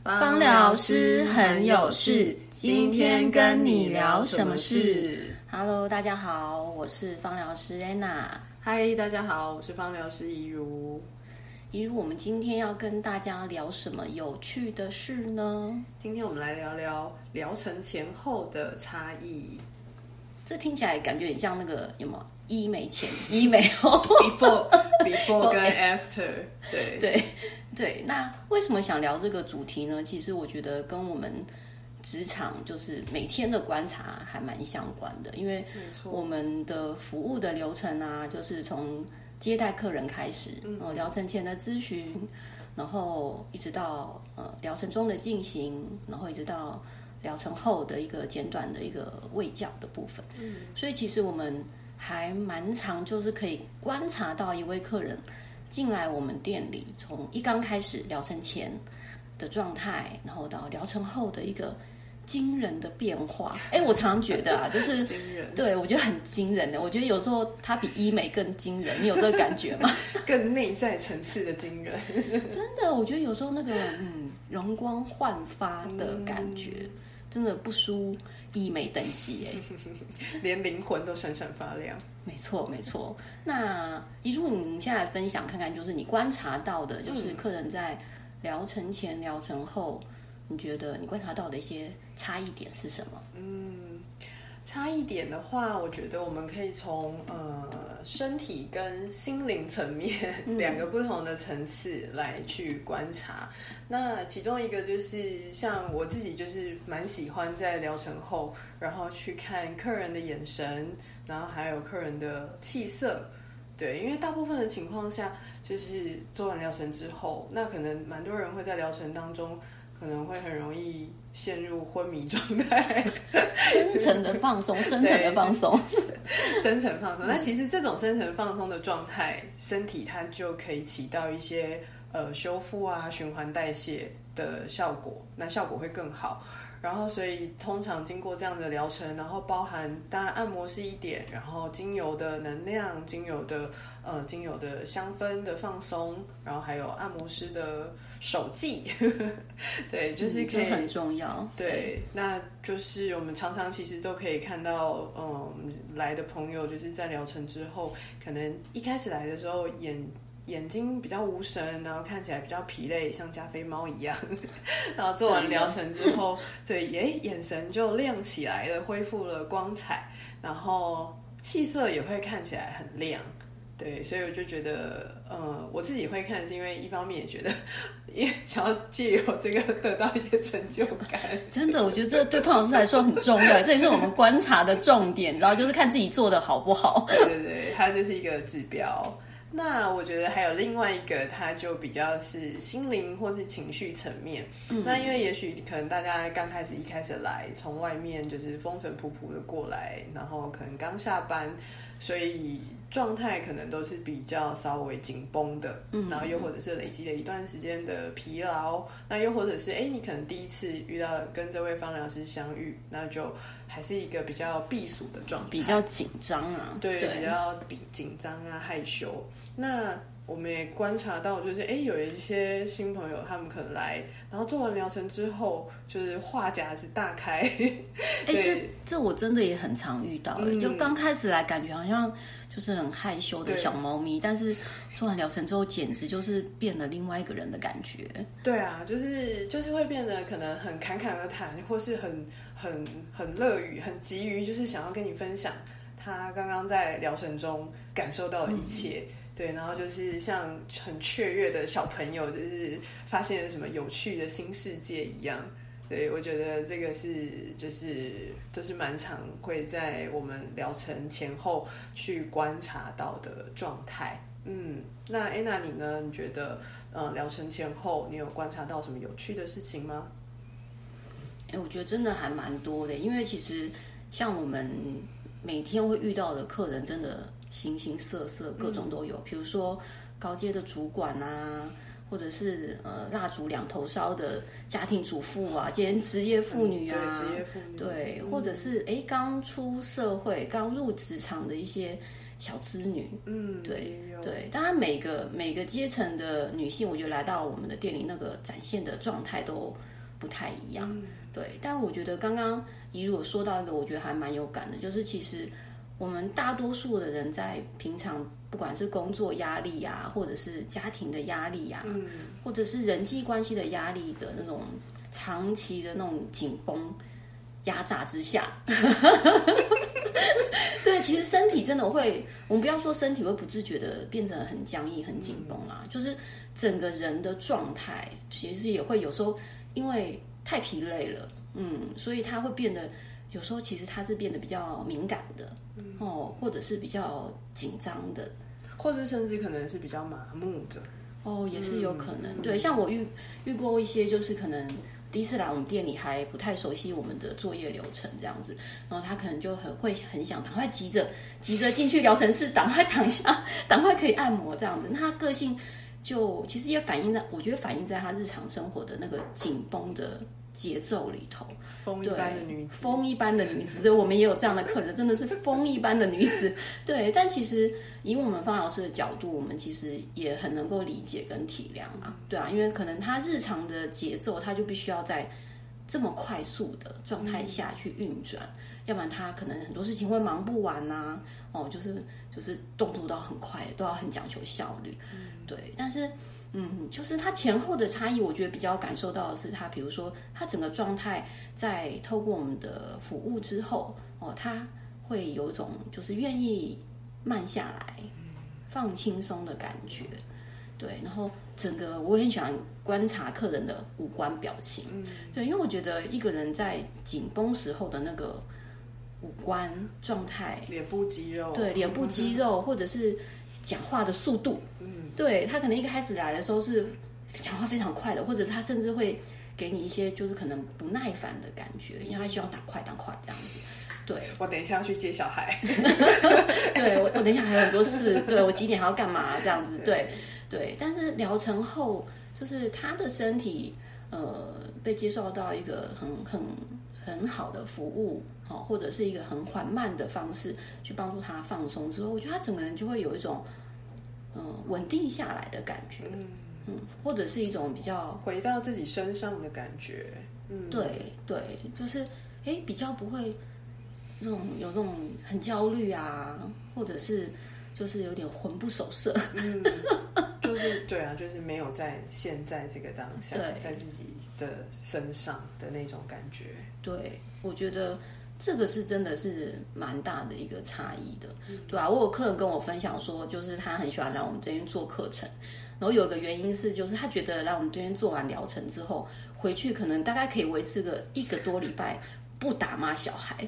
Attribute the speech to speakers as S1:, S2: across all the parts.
S1: 芳疗师很有事，今天跟你聊什么事 ？Hello， 大家好，我是芳疗师 Anna。
S2: 嗨，大家好，我是芳疗师怡如。
S1: 怡如，我们今天要跟大家聊什么有趣的事呢？
S2: 今天我们来聊聊疗程前后的差异。
S1: 这听起来感觉很像那个有没有医美前、医美后
S2: before 跟 after，
S1: 对。那为什么想聊这个主题呢？其实我觉得跟我们职场就是每天的观察还蛮相关的，因为我们的服务的流程啊，就是从接待客人开始，疗程前的咨询，然后一直到疗程中的进行，然后一直到疗程后的一个简短的一个卫教的部分。所以其实我们还蛮常就是可以观察到一位客人进来我们店里，从一刚开始疗程前的状态，然后到疗程后的一个惊人的变化。我常常觉得啊，就是
S2: 惊人，
S1: 对，我觉得很惊人的。我觉得有时候它比医美更惊人，你有这个感觉吗？
S2: 更内在层次的惊人。
S1: 真的，我觉得有时候那个容光焕发的感觉，真的不输医美等级
S2: 连灵魂都闪闪发亮。
S1: 没错。那怡如，你现在来分享看看，就是你观察到的，就是客人在疗程前、疗程后，你觉得你观察到的一些差异点是什么？
S2: 差异点的话，我觉得我们可以从身体跟心灵层面两个不同的层次来去观察。那其中一个就是像我自己就是蛮喜欢在疗程后，然后去看客人的眼神，然后还有客人的气色。对，因为大部分的情况下，就是做完疗程之后，那可能蛮多人会在疗程当中可能会很容易陷入昏迷状态，
S1: 深层的放松。
S2: 那其实这种深层放松的状态，身体它就可以起到一些修复啊、循环代谢的效果，那效果会更好。然后所以通常经过这样的疗程，然后包含当然按摩是一点，然后精油的能量、精油的香氛的放松，然后还有按摩师的手技对，就是可以
S1: 很重要。
S2: 对，那就是我们常常其实都可以看到来的朋友就是在疗程之后，可能一开始来的时候眼睛比较无神，然后看起来比较疲累，像加菲猫一样。然后做完疗程之后，对，眼神就亮起来了，恢复了光彩，然后气色也会看起来很亮。对，所以我就觉得，我自己会看，是因为一方面也觉得，也想要借由这个得到一些成就感。
S1: 真的，我觉得这对胖老师来说很重要，这也是我们观察的重点，你知道，就是看自己做的好不好。
S2: 对，它就是一个指标。那我觉得还有另外一个，它就比较是心灵或是情绪层面。那因为也许可能大家一开始来，从外面就是风尘仆仆的过来，然后可能刚下班，所以状态可能都是比较稍微紧绷的，然后又或者是累积了一段时间的疲劳，那又或者是你可能第一次遇到跟这位芳疗师相遇，那就还是一个比较避暑的状态，
S1: 比较紧张啊，
S2: 对，比较紧张啊，害羞。那我们也观察到，就是有一些新朋友，他们可能来，然后做完疗程之后，就是话匣子大开。
S1: 这我真的也很常遇到，就刚开始来感觉好像就是很害羞的小猫咪，但是做完疗程之后，简直就是变了另外一个人的感觉。
S2: 对啊，就是会变得可能很侃侃而谈，或是很乐于、很急于，就是想要跟你分享他刚刚在疗程中感受到的一切。对，然后就是像很雀跃的小朋友，就是发现了什么有趣的新世界一样。对，我觉得这个就是蛮常会在我们疗程前后去观察到的状态。那 Anna 你呢？你觉得疗程前后你有观察到什么有趣的事情吗？
S1: 我觉得真的还蛮多的，因为其实像我们每天会遇到的客人，真的形形色色，各种都有。比如说高阶的主管啊，或者是蜡烛两头烧的家庭主妇啊，兼职业妇女啊，
S2: 对，职业妇女，
S1: 对，或者是刚出社会、刚入职场的一些小资女，对，当然每个阶层的女性，我觉得来到我们的店里，那个展现的状态不太一样。对，但我觉得刚刚怡如有说到一个，我觉得还蛮有感的，就是其实我们大多数的人在平常不管是工作压力啊，或者是家庭的压力啊，或者是人际关系的压力的那种长期的那种紧绷压榨之下，对，其实身体真的会，我们不要说身体会不自觉的变成很僵硬、很紧绷啦，就是整个人的状态，其实也会有时候因为太疲累了，所以它会变得有时候其实它是变得比较敏感的，或者是比较紧张的，
S2: 或者甚至可能是比较麻木的，
S1: 也是有可能。对，像我遇过一些就是可能第一次来我们店里还不太熟悉我们的作业流程这样子，然后他可能就会很想赶快急着进去疗程室，赶快躺下，赶快可以按摩这样子。那他个性就其实也我觉得反映在他日常生活的那个紧绷的节奏里头。
S2: 风一般的女子，
S1: 风一般的女子，对，我们也有这样的客人，真的是风一般的女子。对，但其实以我们芳疗师的角度，我们其实也很能够理解跟体谅啊，对啊，因为可能他日常的节奏，他就必须要在这么快速的状态下去运转，要不然他可能很多事情会忙不完啊，就是动作都要很快，都要很讲求效率，对，但是。就是他前后的差异，我觉得比较感受到的是他，比如说他整个状态在透过我们的服务之后，他会有一种就是愿意慢下来、放轻松的感觉，对，然后整个我也很喜欢观察客人的五官表情，对，因为我觉得一个人在紧绷时候的那个五官状态，
S2: 脸部肌肉，
S1: 对，脸部肌肉或者是讲话的速度。对，他可能一开始来的时候是讲话非常快的，或者是他甚至会给你一些就是可能不耐烦的感觉，因为他希望赶快这样子。对，
S2: 我等一下要去接小孩。
S1: 对，我等一下还有很多事，对，我几点还要干嘛这样子。对，但是疗程后就是他的身体被接受到一个很好的服务，或者是一个很缓慢的方式去帮助他放松之后，我觉得他整个人就会有一种稳定下来的感觉，或者是一种比较
S2: 回到自己身上的感觉，
S1: 对，就是比较不会有这种很焦虑啊，或者是就是有点魂不守舍，
S2: 就是对啊，就是没有在现在这个当下，在自己的身上的那种感觉。对，
S1: 我觉得这个是真的是蛮大的一个差异的，对啊，我有客人跟我分享说，就是他很喜欢来我们这边做课程，然后有一个原因是，就是他觉得来我们这边做完疗程之后，回去可能大概可以维持个1个多礼拜不打骂小孩。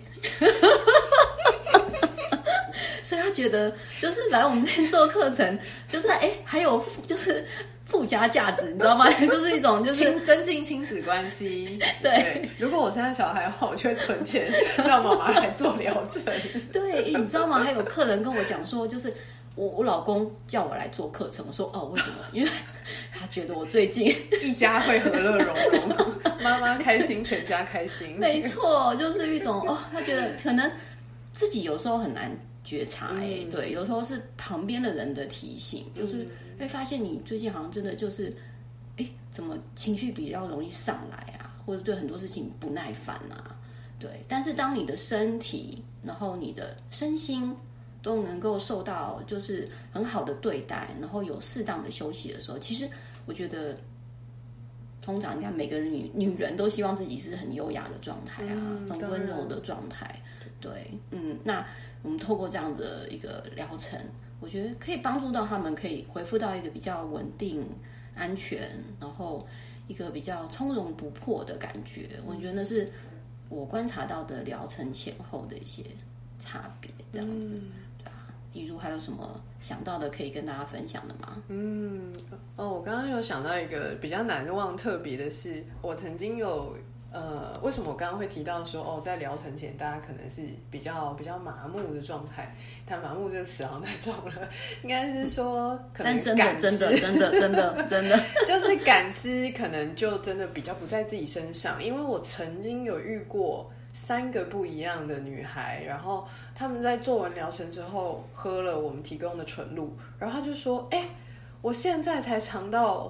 S1: 所以他觉得就是来我们这边做课程，就是还有就是附加价值，你知道吗？就是一种就是
S2: 增进亲子关系。
S1: 对，
S2: 如果我生下小孩的话，我就会存钱让妈妈来做疗程。
S1: 对，你知道吗？还有客人跟我讲说，就是我老公叫我来做课程，我说为什么？因为他觉得我最近
S2: 一家会和乐融融，妈妈开心，全家开心。
S1: 没错，就是一种他觉得可能自己有时候很难觉察，对，有时候是旁边的人的提醒，就是会发现你最近好像真的就是怎么情绪比较容易上来啊，或者对很多事情不耐烦啊，对，但是当你的身体然后你的身心都能够受到就是很好的对待，然后有适当的休息的时候，其实我觉得通常应该每个人女人都希望自己是很优雅的状态啊，很温柔的状态，对，那我们透过这样的一个疗程，我觉得可以帮助到他们可以恢复到一个比较稳定安全，然后一个比较从容不迫的感觉，我觉得那是我观察到的疗程前后的一些差别这样子，对啊，比如还有什么想到的可以跟大家分享的吗？
S2: 我刚刚有想到一个比较难忘特别的是，我曾经有为什么我刚刚会提到说在疗程前大家可能是比较麻木的状态，但麻木这个词好像太重了，应该是说可能感知，
S1: 真的
S2: 就是感知可能就真的比较不在自己身上，因为我曾经有遇过3个不一样的女孩，然后她们在做完疗程之后喝了我们提供的纯露，然后她就说我现在才尝到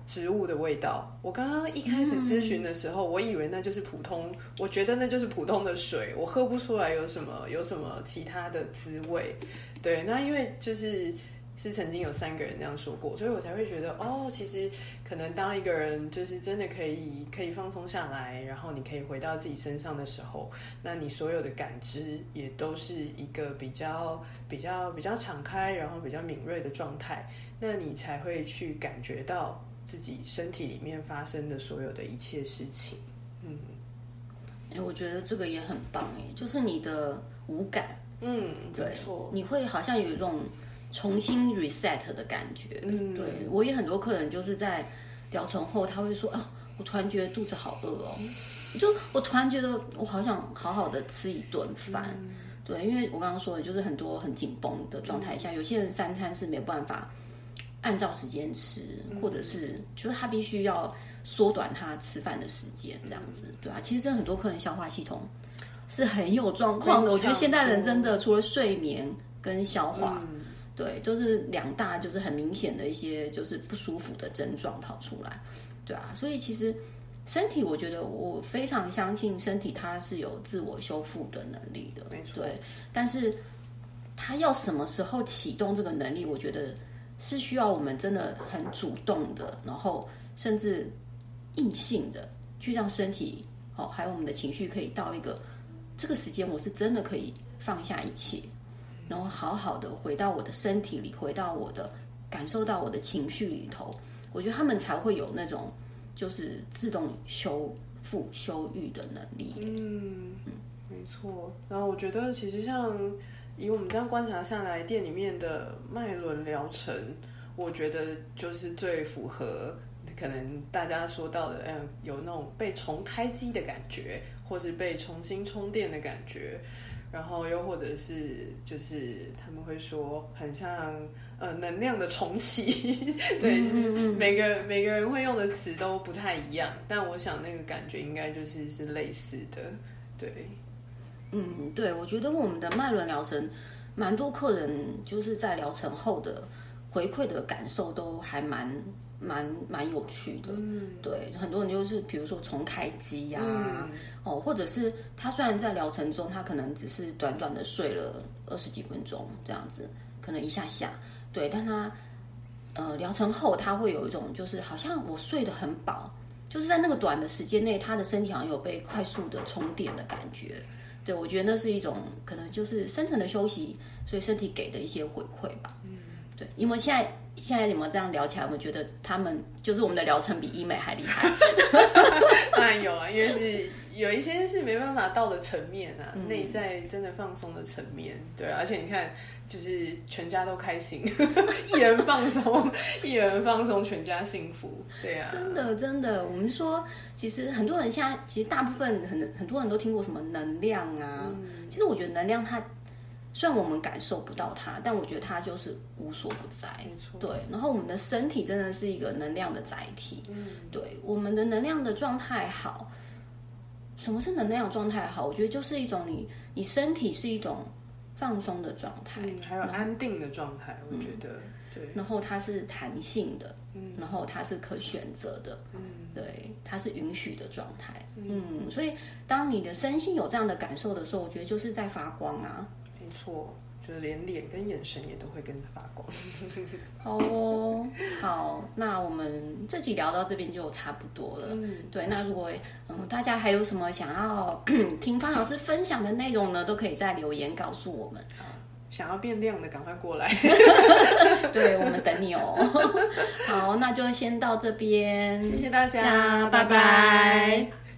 S2: 植物的味道。我刚刚一开始咨询的时候，我以为那就是普通，我觉得那就是普通的水，我喝不出来有什么其他的滋味。对，那因为是曾经有3个人这样说过，所以我才会觉得其实可能当一个人就是真的可以放松下来，然后你可以回到自己身上的时候，那你所有的感知也都是一个比较敞开，然后比较敏锐的状态，那你才会去感觉到自己身体里面发生的所有的一切事情。
S1: 我觉得这个也很棒就是你的五感，对，你会好像有一种重新 reset 的感觉。对，我也很多客人就是在疗程后，他会说我突然觉得肚子好饿我突然觉得我好想好好的吃一顿饭。对，因为我刚刚说的就是很多很紧绷的状态下，有些人3餐是没有办法按照时间吃，或者是就是他必须要缩短他吃饭的时间这样子。对啊，其实真的很多客人消化系统是很有状况的。我觉得现代人真的除了睡眠跟消化，对，都是2大就是很明显的一些就是不舒服的症状跑出来。对啊，所以其实身体，我觉得我非常相信身体它是有自我修复的能力的。
S2: 没错，
S1: 对，但是它要什么时候启动这个能力，我觉得是需要我们真的很主动的，然后甚至硬性的去让身体还有我们的情绪可以到一个这个时间，我是真的可以放下一切，然后好好的回到我的身体里，回到我的感受到我的情绪里头，我觉得他们才会有那种就是自动修复修愈的能力。
S2: 没错。然后我觉得其实像以我们这样观察下来，店里面的脉轮疗程，我觉得就是最符合可能大家说到的有那种被重开机的感觉，或是被重新充电的感觉，然后又或者是就是他们会说很像能量的重启。对，每个人会用的词都不太一样，但我想那个感觉应该是类似的。对，
S1: 对，我觉得我们的脉轮疗程蛮多客人就是在疗程后的回馈的感受都还蛮有趣的。对，很多人就是比如说重开机或者是他虽然在疗程中他可能只是短短的睡了20几分钟这样子，可能一下下，对，但他疗程后他会有一种就是好像我睡得很饱，就是在那个短的时间内他的身体好像有被快速的充电的感觉。对，我觉得那是一种可能就是深层的休息，所以身体给的一些回馈吧。对，因为现在你们这样聊起来，我们觉得他们就是我们的疗程比医美还厉害。
S2: 当然有因为是有一些是没办法到的层面内在真的放松的层面。对，而且你看，就是全家都开心，一人放松，全家幸福。对啊，
S1: 真的，我们说，其实很多人现在，其实大部分很多人都听过什么能量其实我觉得能量它。虽然我们感受不到它，但我觉得它就是无所不在。
S2: 没错，
S1: 对。然后我们的身体真的是一个能量的载体。对，我们的能量的状态好。什么是能量状态好？我觉得就是一种你身体是一种放松的状态，
S2: 还有安定的状态。我觉得对。
S1: 然后它是弹性的，然后它是可选择的，对，它是允许的状态。所以当你的身心有这样的感受的时候，我觉得就是在发光
S2: 没错，就是连脸跟眼神也都会跟着发光。
S1: 好，那我们这集聊到这边就差不多了。对，那如果大家还有什么想要听方老师分享的内容呢，都可以在留言告诉我们。
S2: 想要变亮的赶快过来。
S1: 对，我们等你哦。好，那就先到这边，
S2: 谢谢大家，
S1: 拜拜。